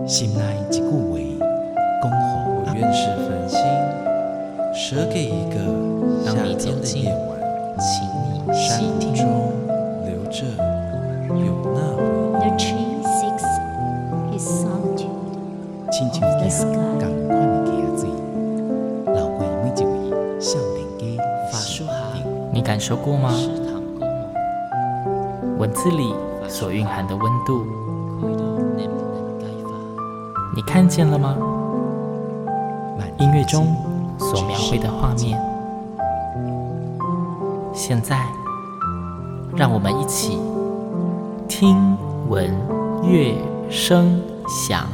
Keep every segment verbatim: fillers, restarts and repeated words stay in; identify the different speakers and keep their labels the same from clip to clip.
Speaker 1: 心内一句话，讲好
Speaker 2: 我愿是繁星，舍给一个夏天的夜晚，
Speaker 3: 请你
Speaker 2: 山
Speaker 3: 细听。
Speaker 2: 中留着有那回
Speaker 4: The tree seeks his solitude
Speaker 1: 亲像
Speaker 4: of the
Speaker 1: 行
Speaker 4: sky.
Speaker 1: 同款的溪水，流过每一位少年家
Speaker 3: 法术哈，
Speaker 5: 你感受过吗？
Speaker 3: 是糖果吗？
Speaker 5: 文字里所蕴含的温度，
Speaker 3: 开到你唔能解法。
Speaker 5: 你看见了吗？
Speaker 1: 满
Speaker 5: 音乐中所描绘的画面，现在让我们一起听闻乐声响。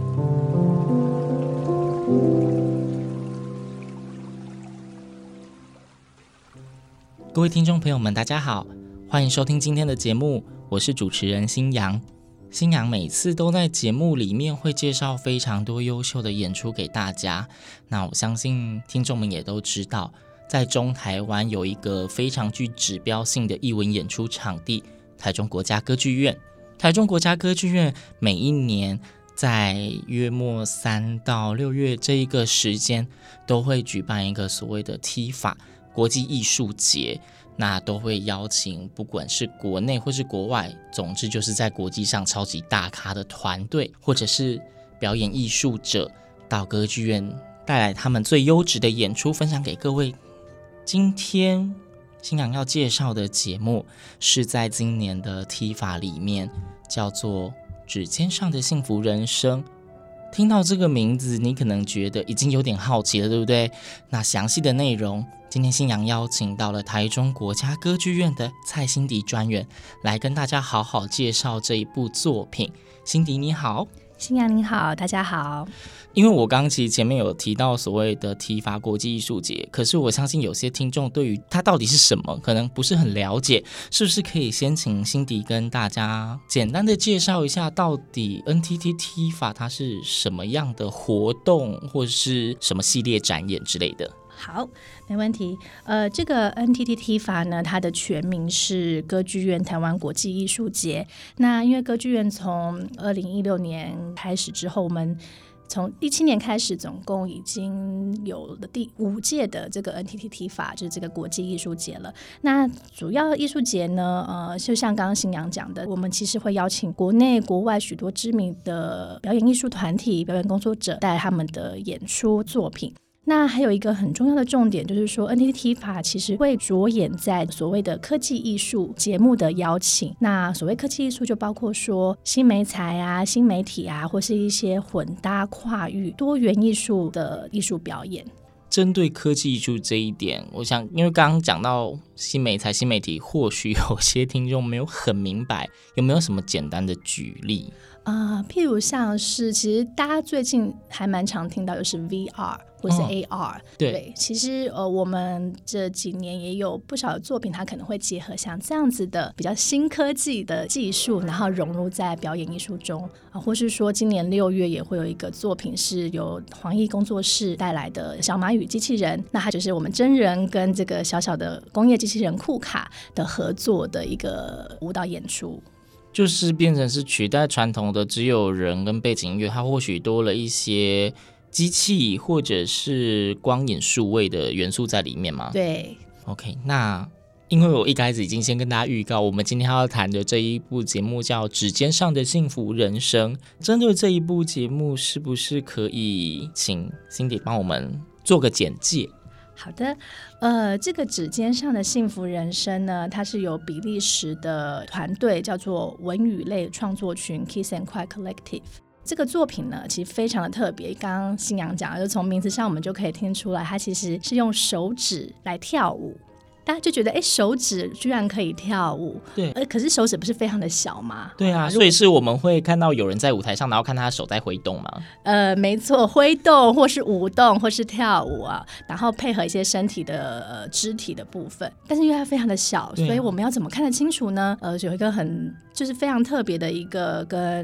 Speaker 5: 各位听众朋友们，大家好，欢迎收听今天的节目，我是主持人新阳。新阳每次都在节目里面会介绍非常多优秀的演出给大家，那我相信听众们也都知道，在中台湾有一个非常具指标性的艺文演出场地——台中国家歌剧院。台中国家歌剧院每一年在约莫三到六月这一个时间，都会举办一个所谓的 T 法国际艺术节，那都会邀请不管是国内或是国外，总之就是在国际上超级大咖的团队或者是表演艺术者到歌剧院带来他们最优质的演出分享给各位。今天新阳要介绍的节目是在今年的 T 法里面叫做指尖上的幸福人生。听到这个名字，你可能觉得已经有点好奇了，对不对？那详细的内容，今天新阳邀请到了台中国家歌剧院的蔡欣迪专员来跟大家好好介绍这一部作品。欣迪你好。
Speaker 4: 新阳你好，大家好。
Speaker 5: 因为我刚刚其实前面有提到所谓的提法国际艺术节，可是我相信有些听众对于它到底是什么可能不是很了解，是不是可以先请欣迪跟大家简单的介绍一下，到底 N T T 提法它是什么样的活动，或是什么系列展演之类的？
Speaker 4: 好，没问题。呃，这个 N T T T 法呢，它的全名是歌剧院台湾国际艺术节。那因为歌剧院从二零一六年开始之后，我们从一七年开始，总共已经有了第五届的这个 N T T T 法，就是这个国际艺术节了。那主要艺术节呢，呃，就像刚刚新阳讲的，我们其实会邀请国内国外许多知名的表演艺术团体、表演工作者带来他们的演出作品。那还有一个很重要的重点，就是说 N T T T 法其实会着眼在所谓的科技艺术节目的邀请。那所谓科技艺术就包括说新媒材啊、新媒体啊，或是一些混搭跨域多元艺术的艺术表演。
Speaker 5: 针对科技艺术这一点，我想因为刚刚讲到新媒材、新媒体，或许有些听众没有很明白，有没有什么简单的举例？
Speaker 4: 啊、呃，譬如像是，其实大家最近还蛮常听到，就是 V R 或是 A R、哦。
Speaker 5: 对，
Speaker 4: 对其实呃，我们这几年也有不少的作品，它可能会结合像这样子的比较新科技的技术，然后融入在表演艺术中啊、呃，或是说今年六月也会有一个作品是由黄奕工作室带来的小马语机器人，那它就是我们真人跟这个小小的工业机器人库卡的合作的一个舞蹈演出。
Speaker 5: 就是变成是取代传统的只有人跟背景音乐，它或许多了一些机器或者是光影数位的元素在里面吗？
Speaker 4: 对
Speaker 5: OK， 那因为我一开始已经先跟大家预告，我们今天要谈的这一部节目叫《指尖上的幸福人生》。针对这一部节目，是不是可以请 Cindy 帮我们做个简介？
Speaker 4: 好的，呃，这个指尖上的幸福人生呢，它是由比利时的团队叫做文语类创作群 Kiss and Cry Collective。这个作品呢，其实非常的特别。刚刚新阳讲的，就从名字上我们就可以听出来，它其实是用手指来跳舞。大家就觉得，哎，手指居然可以跳舞，
Speaker 5: 对，
Speaker 4: 呃，可是手指不是非常的小吗？
Speaker 5: 对啊，所以是我们会看到有人在舞台上，然后看他的手在挥动吗？
Speaker 4: 呃，没错，挥动或是舞动或是跳舞啊，然后配合一些身体的、呃、肢体的部分。但是因为它非常的小，所以我们要怎么看得清楚呢？呃，有一个很就是非常特别的一个跟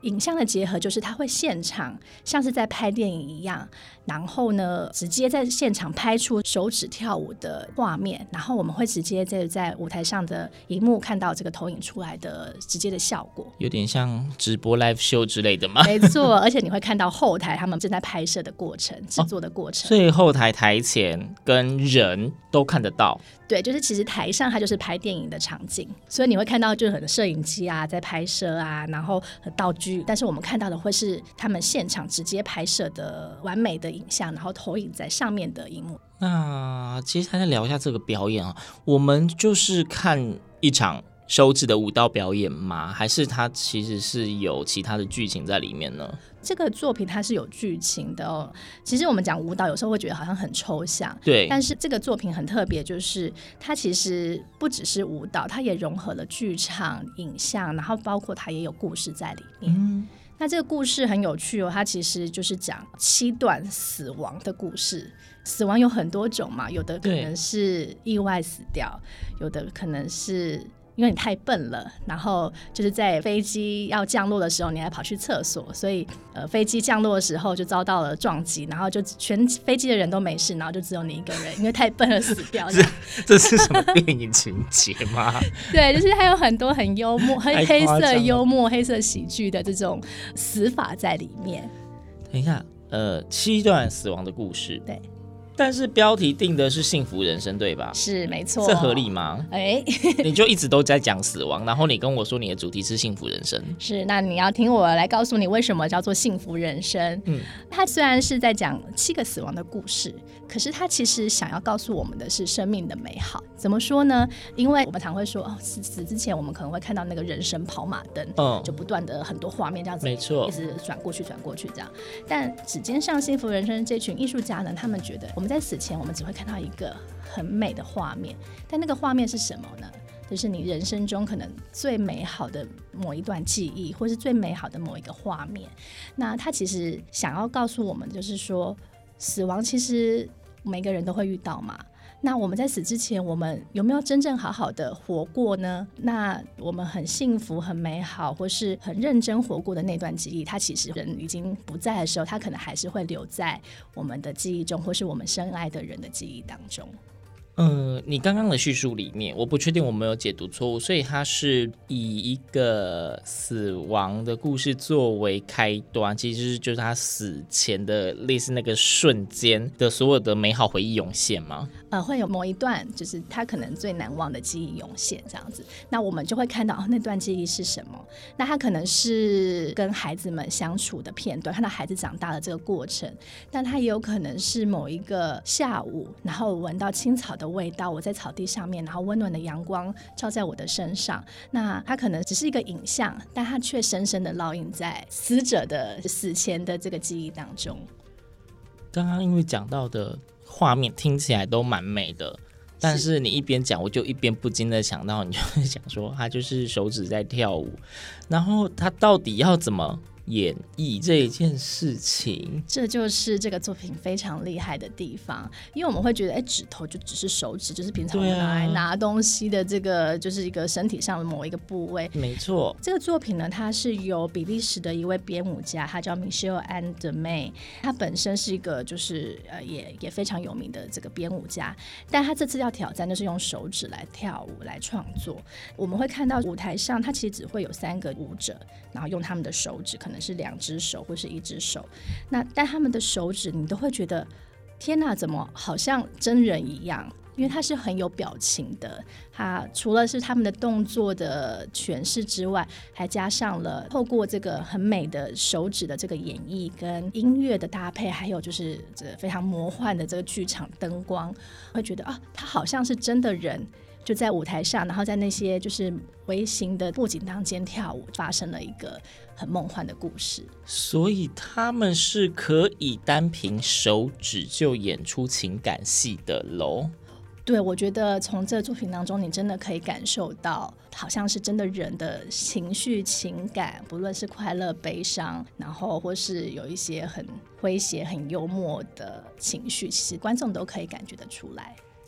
Speaker 4: 影像的结合就是它会现场像是在拍电影一样，然后呢直接在现场拍出手指跳舞的画面，然后我们会直接在在舞台上的荧幕看到这个投影出来的直接的效果，
Speaker 5: 有点像直播 live show 之类的吗？
Speaker 4: 没错，而且你会看到后台他们正在拍摄的过程、制作的过程、
Speaker 5: 哦、所以后台台前跟人都看得到。
Speaker 4: 对，就是其实台上它就是拍电影的场景，所以你会看到就是很多摄影机啊在拍摄啊，然后道具，但是我们看到的会是他们现场直接拍摄的完美的影像，然后投影在上面的荧幕。
Speaker 5: 那接下来聊一下这个表演啊，我们就是看一场手指的舞蹈表演吗？还是它其实是有其他的剧情在里面呢？
Speaker 4: 这个作品它是有剧情的哦。其实我们讲舞蹈有时候会觉得好像很抽象，
Speaker 5: 对，
Speaker 4: 但是这个作品很特别，就是它其实不只是舞蹈，它也融合了剧场、影像，然后包括它也有故事在里面。嗯，那这个故事很有趣哦，它其实就是讲七段死亡的故事。死亡有很多种嘛，有的可能是意外死掉，有的可能是因为你太笨了，然后就是在飞机要降落的时候你还跑去厕所，所以呃飞机降落的时候就遭到了撞击，然后就全飞机的人都没事，然后就只有你一个人因为太笨了死掉。这,
Speaker 5: 这是什么电影情节吗？
Speaker 4: 对，就是还有很多很幽默很黑色幽默黑色喜剧的这种死法在里面。
Speaker 5: 等一下，呃七段死亡的故事，
Speaker 4: 对，
Speaker 5: 但是标题定的是幸福人生，对吧？
Speaker 4: 是，没错。
Speaker 5: 这合理吗？
Speaker 4: 哎，
Speaker 5: 你就一直都在讲死亡，然后你跟我说你的主题是幸福人生。
Speaker 4: 是，那你要听我来告诉你为什么叫做幸福人生。嗯，它虽然是在讲七个死亡的故事，可是它其实想要告诉我们的是生命的美好。怎么说呢？因为我们常会说，哦，死死之前我们可能会看到那个人生跑马灯，嗯，就不断的很多画面这样子，
Speaker 5: 没错，
Speaker 4: 一直转过去转过去这样。但指尖上幸福人生这群艺术家呢，他们觉得我们在死前我们只会看到一个很美的画面，但那个画面是什么呢？就是你人生中可能最美好的某一段记忆，或是最美好的某一个画面。那他其实想要告诉我们，就是说死亡其实每个人都会遇到嘛。那我们在死之前，我们有没有真正好好的活过呢？那我们很幸福、很美好，或是很认真活过的那段记忆，它其实人已经不在的时候，它可能还是会留在我们的记忆中，或是我们深爱的人的记忆当中。
Speaker 5: 嗯，你刚刚的叙述里面，我不确定我没有解读错误，所以它是以一个死亡的故事作为开端，其实就是他死前的类似那个瞬间的所有的美好回忆涌现吗？
Speaker 4: 呃，会有某一段就是他可能最难忘的记忆涌现这样子，那我们就会看到、哦、那段记忆是什么。那他可能是跟孩子们相处的片段，看到孩子长大的这个过程，但他也有可能是某一个下午，然后闻到青草的味道，我在草地上面，然后温暖的阳光照在我的身上。那它可能只是一个影像，但它却深深的烙印在死者的死前的这个记忆当中。
Speaker 5: 刚刚因为讲到的画面听起来都蛮美的，但是你一边讲我就一边不禁的想到，你就会想说他就是手指在跳舞，然后他到底要怎么演绎这一件事情？
Speaker 4: 这就是这个作品非常厉害的地方，因为我们会觉得，哎，指头就只是手指，就是平常我们拿来拿东西的这个，就是一个身体上的某一个部位。
Speaker 5: 没错，
Speaker 4: 这个作品呢，它是由比利时的一位编舞家，他叫 Michel Andemey， 他本身是一个就是呃也也非常有名的这个编舞家，但他这次要挑战就是用手指来跳舞来创作。我们会看到舞台上，他其实只会有三个舞者，然后用他们的手指，可能是两只手或是一只手，那但他们的手指你都会觉得天哪，怎么好像真人一样，因为他是很有表情的。他除了是他们的动作的诠释之外，还加上了透过这个很美的手指的这个演绎跟音乐的搭配，还有就是这非常魔幻的这个剧场灯光，会觉得啊，他好像是真的人就在舞台上，然后在那些就是微型的布景当间跳舞，发生了一个很梦幻的故事。
Speaker 5: 所以他们是可以单凭手指就演出情感戏的咯。
Speaker 4: 对，我觉得从这个作品当中，你真的可以感受到，好像是真的人的情绪、情感，不论是快乐、悲伤，然后或是有一些很诙谐、很幽默的情绪，其实观众都可以感觉得出来。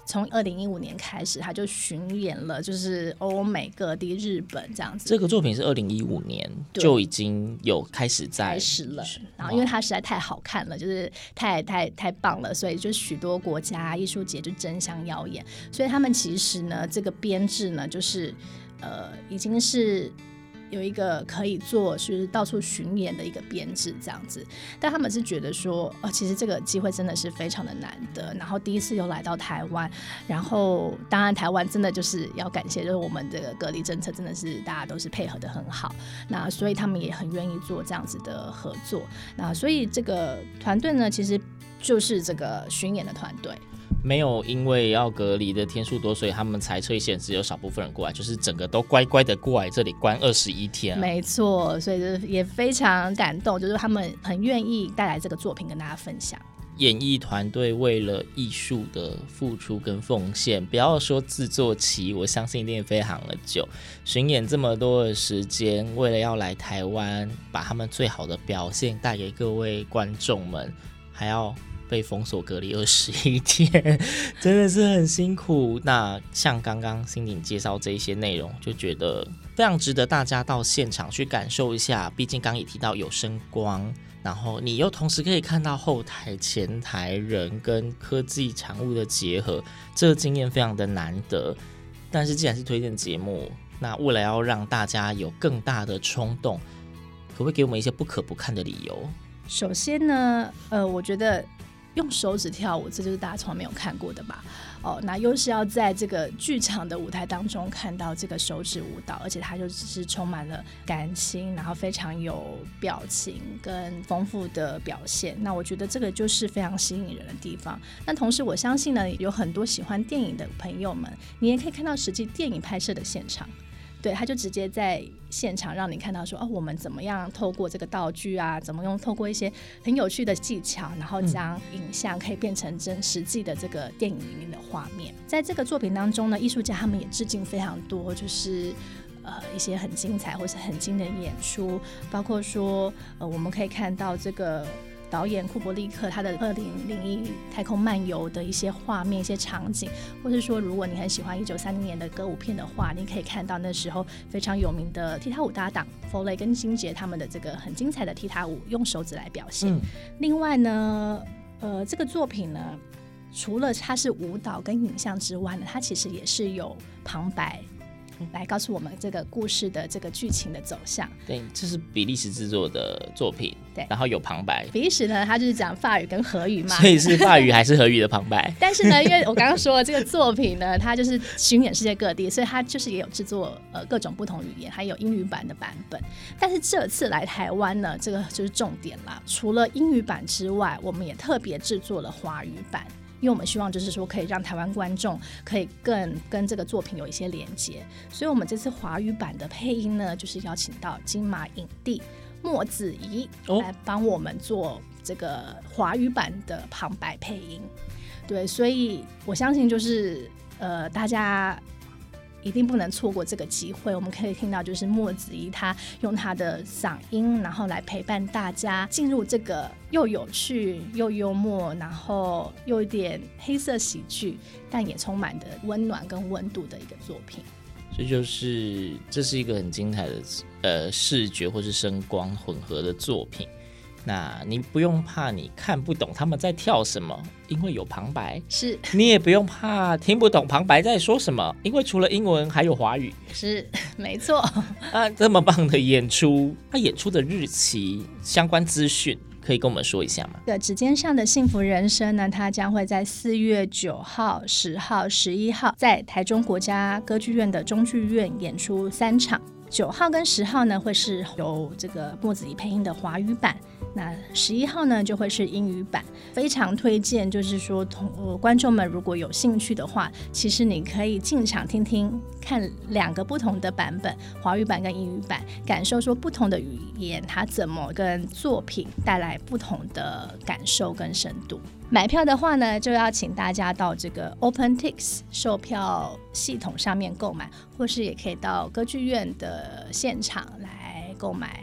Speaker 4: 从二零一五年开始，他就巡演了，就是欧美各地、日本这样子。
Speaker 5: 这个作品是二零一五年就已经有开始在
Speaker 4: 开始了，然后因为它实在太好看了，就是太太太棒了，所以就许多国家艺术节就争相邀演，所以他们其实呢，这个编制呢，就是呃，已经是有一个可以做就是到处巡演的一个编制这样子，但他们是觉得说，呃，其实这个机会真的是非常的难得，然后第一次又来到台湾，然后当然台湾真的就是要感谢，就是我们这个隔离政策真的是大家都是配合的很好，那所以他们也很愿意做这样子的合作，那所以这个团队呢，其实就是这个巡演的团队。
Speaker 5: 没有因为要隔离的天数多，所以他们才撤显只有少部分人过来，就是整个都乖乖的过来这里关二十一天、啊。
Speaker 4: 没错，所以也非常感动，就是他们很愿意带来这个作品跟大家分享。
Speaker 5: 演艺团队为了艺术的付出跟奉献，不要说制作期，我相信一定非常的久。巡演这么多的时间，为了要来台湾，把他们最好的表现带给各位观众们，还要被封锁隔离二十一天，真的是很辛苦。那像刚刚心婷介绍这一些内容，就觉得非常值得大家到现场去感受一下。毕竟刚也提到有声光，然后你又同时可以看到后台、前台人跟科技产物的结合，这个经验非常的难得。但是既然是推荐节目，那为了要让大家有更大的冲动，可不可以给我们一些不可不看的理由？
Speaker 4: 首先呢，呃，我觉得用手指跳舞，这就是大家从来没有看过的吧？哦，那又是要在这个剧场的舞台当中看到这个手指舞蹈，而且它就只是充满了感情，然后非常有表情跟丰富的表现。那我觉得这个就是非常吸引人的地方。那同时，我相信呢，有很多喜欢电影的朋友们，你也可以看到实际电影拍摄的现场。对，他就直接在现场让你看到说，哦，我们怎么样透过这个道具啊，怎么用透过一些很有趣的技巧，然后将影像可以变成真实际的这个电影里面的画面。在这个作品当中呢，艺术家他们也致敬非常多，就是呃一些很精彩或是很精的演出，包括说呃我们可以看到这个导演库伯利克他的二零零一太空漫游的一些画面、一些场景，或是说如果你很喜欢一九三零年的歌舞片的话，你可以看到那时候非常有名的踢踏舞搭档弗雷跟金杰他们的这个很精彩的踢踏舞，用手指来表现。嗯、另外呢，呃，这个作品呢，除了它是舞蹈跟影像之外呢，它其实也是有旁白。来告诉我们这个故事的这个剧情的走向。
Speaker 5: 对，这是比利时制作的作品，
Speaker 4: 对，
Speaker 5: 然后有旁白。
Speaker 4: 比利时呢，它就是讲法语跟荷语嘛，
Speaker 5: 所以是法语还是荷语的旁白？
Speaker 4: 但是呢，因为我刚刚说这个作品呢，它就是巡演世界各地，所以它就是也有制作呃各种不同语言，还有英语版的版本。但是这次来台湾呢，这个就是重点啦。除了英语版之外，我们也特别制作了华语版。因为我们希望就是说可以让台湾观众可以更跟这个作品有一些连接，所以我们这次华语版的配音呢，就是邀请到金马影帝莫子仪来帮我们做这个华语版的旁白配音。对，所以我相信就是呃大家一定不能错过这个机会。我们可以听到就是莫子仪他用他的嗓音，然后来陪伴大家进入这个又有趣又幽默，然后又有点黑色喜剧，但也充满的温暖跟温度的一个作品。
Speaker 5: 所以就是这是一个很精彩的呃视觉或是声光混合的作品。那你不用怕你看不懂他们在跳什么，因为有旁白。
Speaker 4: 是，
Speaker 5: 你也不用怕听不懂旁白在说什么，因为除了英文还有华语。
Speaker 4: 是，没错。
Speaker 5: 啊，这么棒的演出，那、啊、演出的日期相关资讯可以跟我们说一下吗？
Speaker 4: 对，指尖上的幸福人生呢，它将会在四月九号、十号、十一号在台中国家歌剧院的中剧院演出三场。九号跟十号呢会是由这个莫子仪配音的华语版，那十一号呢就会是英语版。非常推荐，就是说同、呃、观众们如果有兴趣的话，其实你可以进场听听看两个不同的版本，华语版跟英语版，感受说不同的语言它怎么跟作品带来不同的感受跟深度。买票的话呢，就要请大家到这个 OpenTix 售票系统上面购买，或是也可以到歌剧院的现场来购买。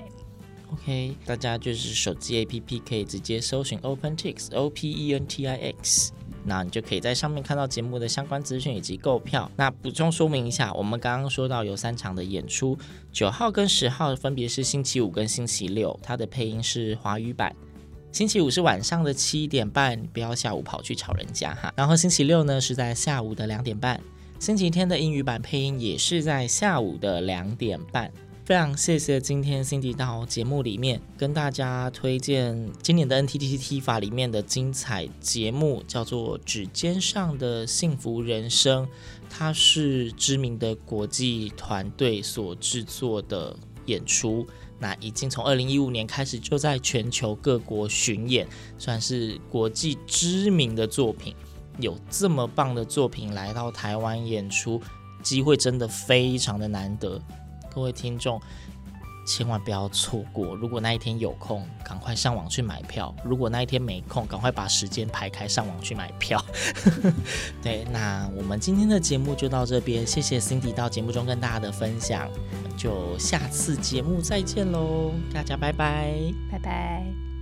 Speaker 5: OK， 大家就是手机 A P P 可以直接搜寻 OpenTix O P E N T I X， 那你就可以在上面看到节目的相关资讯以及购票。那补充说明一下，我们刚刚说到有三场的演出，九号跟十号分别是星期五跟星期六，它的配音是华语版。星期五是晚上的七点半，不要下午跑去吵人家哈。然后星期六呢是在下午的两点半，星期天的英语版配音也是在下午的两点半。非常谢谢今天 Cindy 到节目里面跟大家推荐今年的 N T T T 法里面的精彩节目，叫做《指尖上的幸福人生》，它是知名的国际团队所制作的演出。那已经从二零一五年开始就在全球各国巡演，算是国际知名的作品。有这么棒的作品来到台湾演出，机会真的非常的难得。各位听众千万不要错过，如果那一天有空赶快上网去买票，如果那一天没空赶快把时间排开上网去买票对，那我们今天的节目就到这边，谢谢 Cindy 到节目中跟大家的分享，我们就下次节目再见咯，大家拜拜
Speaker 4: 拜拜。